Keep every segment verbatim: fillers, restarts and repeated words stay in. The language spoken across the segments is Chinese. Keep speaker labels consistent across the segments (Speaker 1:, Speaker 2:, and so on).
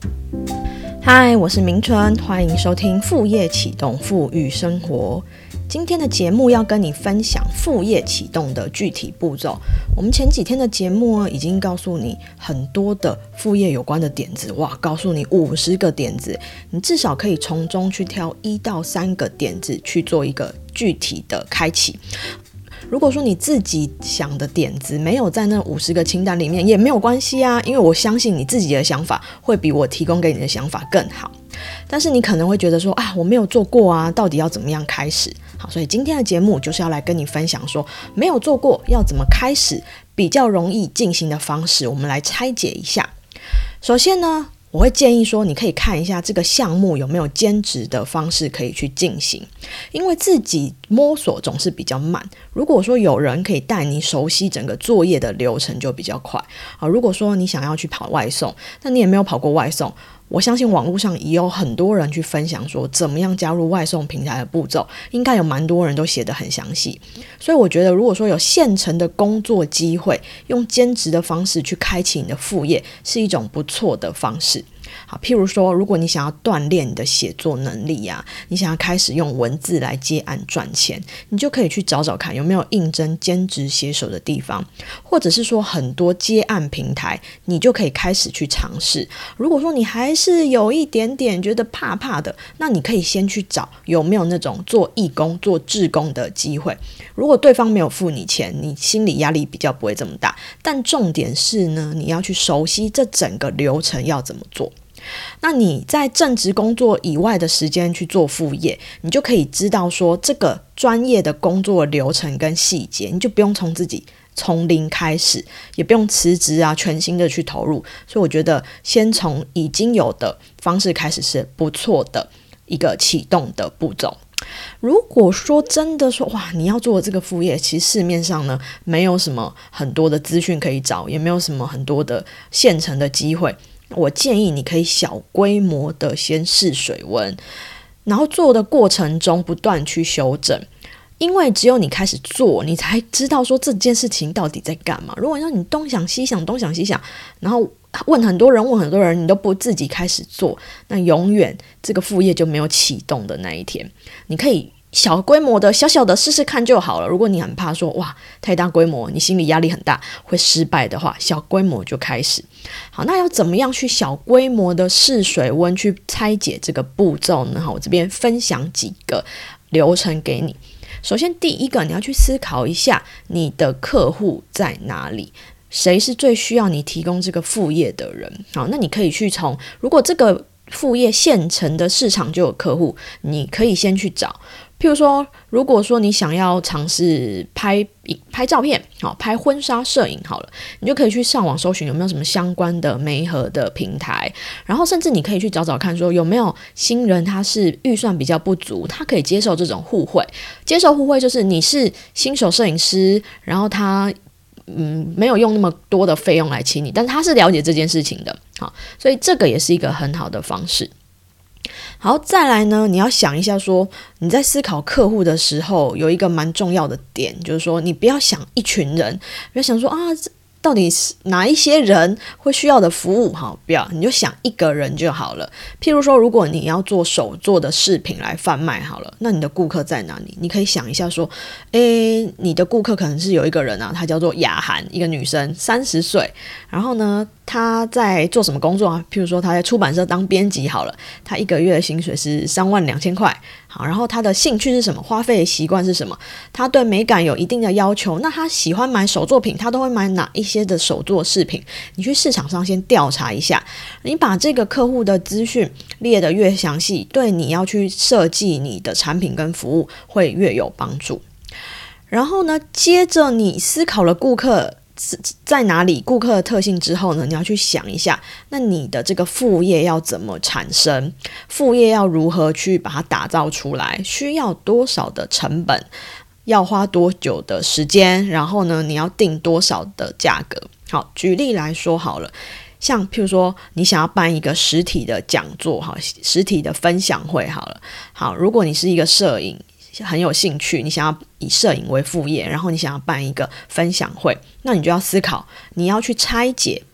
Speaker 1: 嗨，我是明纯，欢迎收听副业启动富裕生活。今天的节目要跟你分享副业启动的具体步骤。我们前几天的节目呢，已经告诉你很多的副业有关的点子，哇，告诉你五十个点子，你至少可以从中去挑一到三个点子去做一个具体的开启。如果说你自己想的点子没有在那五十个清单里面，也没有关系啊，因为我相信你自己的想法会比我提供给你的想法更好。但是你可能会觉得说啊，我没有做过啊，到底要怎么样开始？好，所以今天的节目就是要来跟你分享说，没有做过要怎么开始比较容易进行的方式，我们来拆解一下。首先呢，我会建议说，你可以看一下这个项目有没有兼职的方式可以去进行，因为自己摸索总是比较慢。如果说有人可以带你熟悉整个作业的流程，就比较快。好，如果说你想要去跑外送，但你也没有跑过外送，我相信网络上也有很多人去分享说怎么样加入外送平台的步骤，应该有蛮多人都写得很详细。所以我觉得如果说有现成的工作机会，用兼职的方式去开启你的副业，是一种不错的方式。好，譬如说如果你想要锻炼你的写作能力啊，你想要开始用文字来接案赚钱，你就可以去找找看有没有应征兼职写手的地方，或者是说很多接案平台，你就可以开始去尝试。如果说你还是有一点点觉得怕怕的，那你可以先去找有没有那种做义工做志工的机会。如果对方没有付你钱，你心理压力比较不会这么大，但重点是呢，你要去熟悉这整个流程要怎么做。那你在正职工作以外的时间去做副业，你就可以知道说这个专业的工作流程跟细节，你就不用从自己从零开始，也不用辞职啊，全心的去投入。所以我觉得先从已经有的方式开始是不错的一个启动的步骤。如果说真的说哇，你要做这个副业，其实市面上呢没有什么很多的资讯可以找，也没有什么很多的现成的机会。我建议你可以小规模的先试水温，然后做的过程中不断去修正，因为只有你开始做，你才知道说这件事情到底在干嘛。如果让你东想西想东想西想，然后问很多人问很多人，你都不自己开始做，那永远这个副业就没有启动的那一天。你可以小规模的小小的试试看就好了。如果你很怕说哇太大规模，你心理压力很大会失败的话，小规模就开始。好，那要怎么样去小规模的试水温去拆解这个步骤呢？好，我这边分享几个流程给你。首先第一个，你要去思考一下你的客户在哪里，谁是最需要你提供这个副业的人。好，那你可以去从如果这个副业现成的市场就有客户，你可以先去找。譬如说，如果说你想要尝试拍拍照片，好，拍婚纱摄影好了，你就可以去上网搜寻有没有什么相关的媒合的平台，然后甚至你可以去找找看说有没有新人他是预算比较不足，他可以接受这种互惠。接受互惠就是你是新手摄影师，然后他嗯，没有用那么多的费用来请你，但是他是了解这件事情的，好，所以这个也是一个很好的方式。好，再来呢，你要想一下说，你在思考客户的时候，有一个蛮重要的点，就是说你不要想一群人，不要想说啊，到底是哪一些人会需要的服务，好，不要，你就想一个人就好了。譬如说，如果你要做手做的饰品来贩卖好了，那你的顾客在哪里？你可以想一下说，诶，你的顾客可能是有一个人啊，他叫做雅涵，一个女生，三十岁，然后呢，她在做什么工作啊？譬如说她在出版社当编辑好了，她一个月的薪水是三万两千块。好，然后她的兴趣是什么？花费的习惯是什么？她对美感有一定的要求，那她喜欢买手作品，她都会买哪一些的手作饰品？你去市场上先调查一下，你把这个客户的资讯列得越详细，对你要去设计你的产品跟服务会越有帮助。然后呢，接着你思考了顾客在哪里，顾客的特性之后呢，你要去想一下，那你的这个副业要怎么产生，副业要如何去把它打造出来，需要多少的成本，要花多久的时间，然后呢你要定多少的价格。好，举例来说好了，像譬如说你想要办一个实体的讲座，好，实体的分享会好了。好，如果你是一个摄影很有兴趣，你想要以摄影为副业，然后你想要办一个分享会，那你就要思考，你要去拆解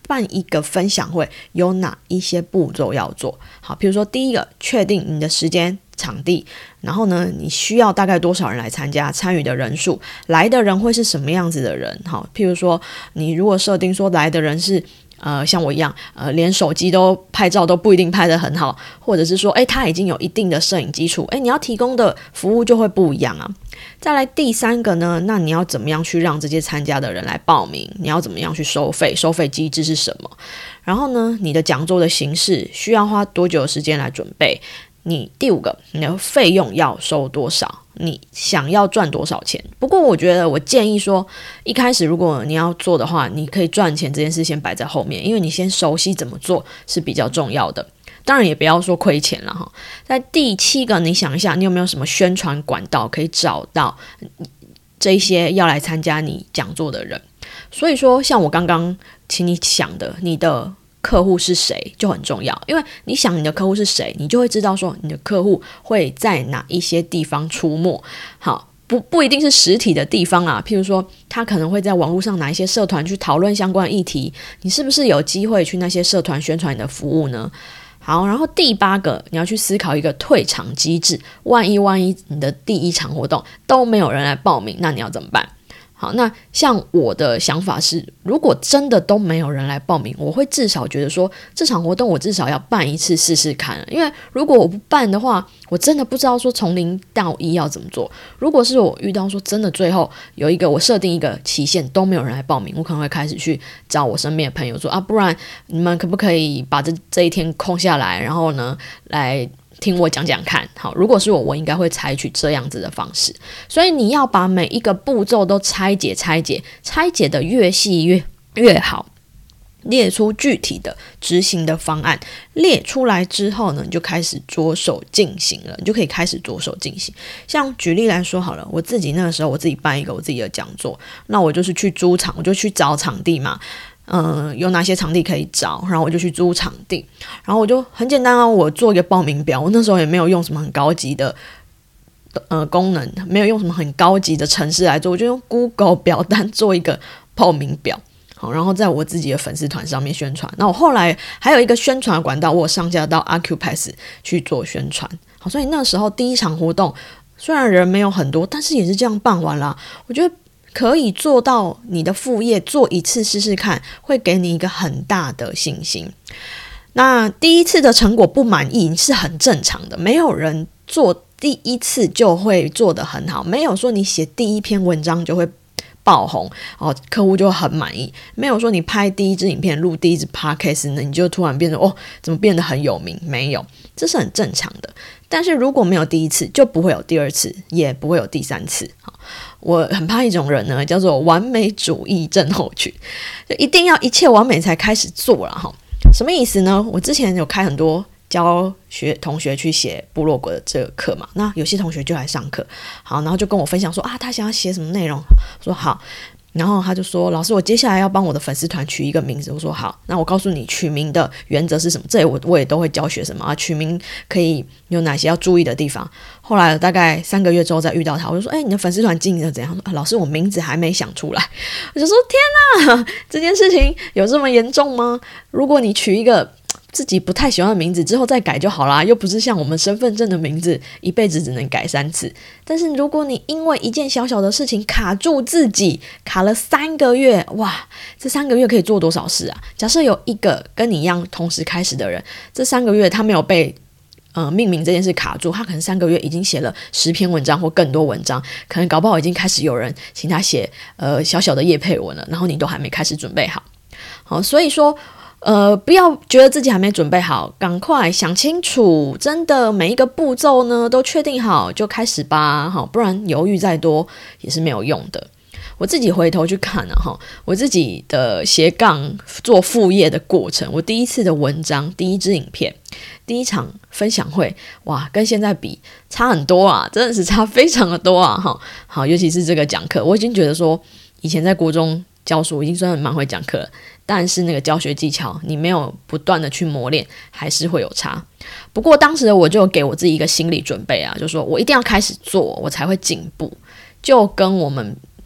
Speaker 1: 办一个分享会有哪一些步骤要做。好，比如说第一个，确定你的时间场地，然后呢你需要大概多少人来参加，参与的人数，来的人会是什么样子的人。好，譬如说你如果设定说来的人是呃，像我一样呃，连手机都拍照都不一定拍得很好，或者是说诶他已经有一定的摄影基础，诶你要提供的服务就会不一样啊。再来第三个呢，那你要怎么样去让这些参加的人来报名，你要怎么样去收费，收费机制是什么，然后呢你的讲座的形式需要花多久的时间来准备，你第五个，你的费用要收多少，你想要赚多少钱。不过我觉得我建议说，一开始如果你要做的话，你可以赚钱这件事先摆在后面，因为你先熟悉怎么做是比较重要的，当然也不要说亏钱了哈。在第七个，你想一下你有没有什么宣传管道可以找到这些要来参加你讲座的人。所以说像我刚刚请你想的，你的客户是谁就很重要，因为你想你的客户是谁，你就会知道说你的客户会在哪一些地方出没。好，不不一定是实体的地方啊，譬如说他可能会在网络上哪一些社团去讨论相关的议题，你是不是有机会去那些社团宣传你的服务呢？好，然后第八个，你要去思考一个退场机制，万一万一你的第一场活动都没有人来报名，那你要怎么办？好，那像我的想法是，如果真的都没有人来报名，我会至少觉得说这场活动我至少要办一次试试看，因为如果我不办的话，我真的不知道说从零到一要怎么做。如果是我遇到说真的最后有一个我设定一个期限都没有人来报名，我可能会开始去找我身边的朋友说啊，不然你们可不可以把这这一天空下来，然后呢来听我讲讲看。好，如果是我我应该会采取这样子的方式。所以你要把每一个步骤都拆解拆解拆解的越细越越好，列出具体的执行的方案，列出来之后呢，你就开始着手进行了，你就可以开始着手进行。像举例来说好了，我自己那个时候我自己办一个我自己的讲座，那我就是去租场，我就去找场地嘛，嗯，有哪些场地可以找，然后我就去租场地，然后我就很简单啊，我做一个报名表，我那时候也没有用什么很高级的呃功能，没有用什么很高级的程式来做，我就用 Google 表单做一个报名表。好，然后在我自己的粉丝团上面宣传。那我后来还有一个宣传管道，我有上架到 Acupass 去做宣传。好，所以那时候第一场活动虽然人没有很多，但是也是这样办完啦。我觉得可以做到你的副业做一次试试看，会给你一个很大的信心。那第一次的成果不满意是很正常的，没有人做第一次就会做得很好，没有说你写第一篇文章就会爆红哦，客户就很满意。没有说你拍第一支影片录第一支 podcast 呢，你就突然变成哦，怎么变得很有名？没有，这是很正常的。但是如果没有第一次，就不会有第二次，也不会有第三次。我很怕一种人呢，叫做完美主义症候群，就一定要一切完美才开始做了哈。什么意思呢？我之前有开很多教学同学去写部落格的这个课嘛，那有些同学就来上课，好，然后就跟我分享说啊，他想要写什么内容，我说好，然后他就说老师，我接下来要帮我的粉丝团取一个名字，我说好，那我告诉你取名的原则是什么，这里我我也都会教学什么啊，取名可以有哪些要注意的地方。后来大概三个月之后再遇到他，我就说哎、欸，你的粉丝团经营的怎样？啊，老师我名字还没想出来。我就说天哪，这件事情有这么严重吗？如果你取一个自己不太喜欢的名字之后再改就好啦，又不是像我们身份证的名字一辈子只能改三次。但是如果你因为一件小小的事情卡住自己，卡了三个月，哇，这三个月可以做多少事啊？假设有一个跟你一样同时开始的人，这三个月他没有被呃命名这件事卡住，他可能三个月已经写了十篇文章或更多文章，可能搞不好已经开始有人请他写呃小小的业配文了，然后你都还没开始准备好。好，所以说呃，不要觉得自己还没准备好，赶快想清楚，真的每一个步骤呢都确定好就开始吧，好，不然犹豫再多也是没有用的。我自己回头去看啊，哈，我自己的斜杠做副业的过程，我第一次的文章、第一支影片、第一场分享会，哇，跟现在比差很多啊，真的是差非常的多啊，哈，好，尤其是这个讲课，我已经觉得说，以前在国中教书已经算蛮会讲课了，但是那个教学技巧你没有不断的去磨练，还是会有差。不过当时的我就给我自己一个心理准备啊，就是说我一定要开始做，我才会进步。就跟我们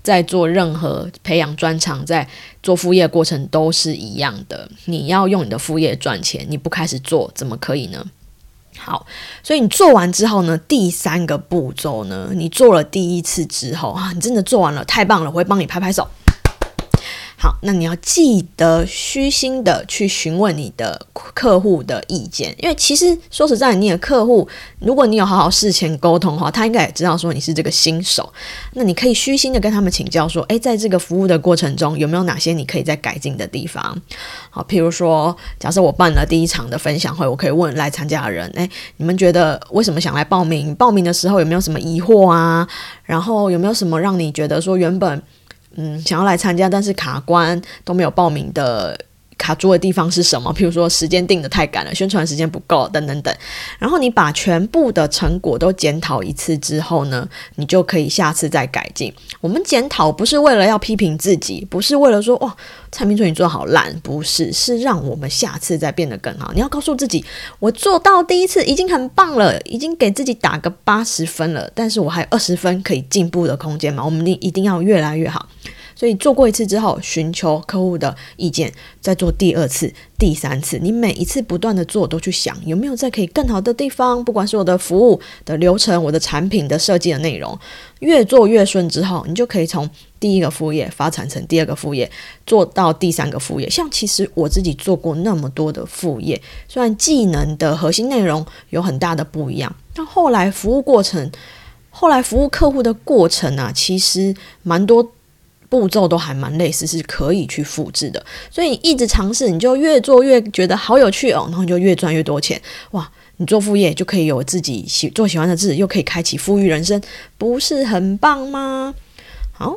Speaker 1: 在做任何培养专长，在做副业过程都是一样的。你要用你的副业赚钱，你不开始做怎么可以呢？好，所以你做完之后呢，第三个步骤呢，你做了第一次之后啊，你真的做完了，太棒了，我会帮你拍拍手。好，那你要记得虚心的去询问你的客户的意见，因为其实说实在，你的客户如果你有好好事前沟通的话，他应该也知道说你是这个新手，那你可以虚心的跟他们请教说，诶，在这个服务的过程中有没有哪些你可以再改进的地方。好，譬如说假设我办了第一场的分享会，我可以问来参加的人，诶，你们觉得为什么想来报名？报名的时候有没有什么疑惑啊？然后有没有什么让你觉得说原本嗯，想要来参加但是卡关都没有报名的卡住的地方是什么？譬如说时间定得太赶了，宣传时间不够等等等。然后你把全部的成果都检讨一次之后呢，你就可以下次再改进。我们检讨不是为了要批评自己，不是为了说哇蔡明春你做得好烂，不是，是让我们下次再变得更好。你要告诉自己，我做到第一次已经很棒了，已经给自己打个八十分了，但是我还有二十分可以进步的空间嘛，我们一定要越来越好。所以做过一次之后，寻求客户的意见，再做第二次、第三次，你每一次不断的做，都去想有没有再可以更好的地方，不管是我的服务的流程、我的产品的设计的内容，越做越顺之后，你就可以从第一个副业发展成第二个副业，做到第三个副业。像其实我自己做过那么多的副业，虽然技能的核心内容有很大的不一样，但后来服务过程后来服务客户的过程啊，其实蛮多步骤都还蛮类似，是可以去复制的。所以你一直尝试，你就越做越觉得好有趣哦，然后你就越赚越多钱。哇，你做副业就可以有自己喜做喜欢的事，又可以开启富裕人生，不是很棒吗？好，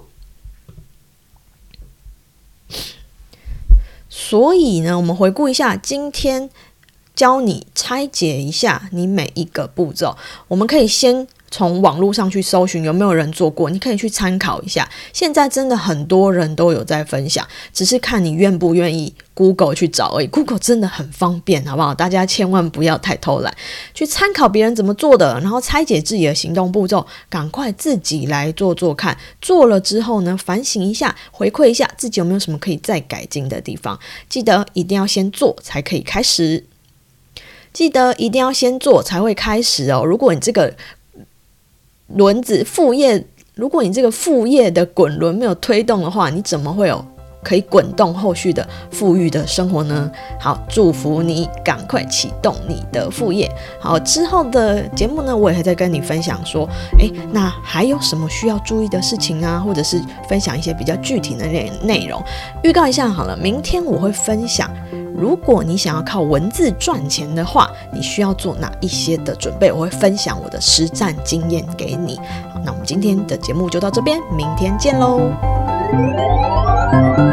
Speaker 1: 所以呢，我们回顾一下今天教你拆解一下你每一个步骤。我们可以先从网络上去搜寻有没有人做过，你可以去参考一下。现在真的很多人都有在分享，只是看你愿不愿意 Google 去找而已。 Google 真的很方便，好不好？大家千万不要太偷懒，去参考别人怎么做的，然后拆解自己的行动步骤，赶快自己来做做看。做了之后呢，反省一下，回馈一下自己有没有什么可以再改进的地方。记得一定要先做才可以开始，记得一定要先做才会开始哦。如果你这个轮子副业，如果你这个副业的滚轮没有推动的话，你怎么会有可以滚动后续的富裕的生活呢？好，祝福你赶快启动你的副业。好，之后的节目呢，我也会再跟你分享说，诶，那还有什么需要注意的事情啊，或者是分享一些比较具体的内容。预告一下好了，明天我会分享，如果你想要靠文字赚钱的话，你需要做哪一些的准备，我会分享我的实战经验给你。好，那我们今天的节目就到这边，明天见喽。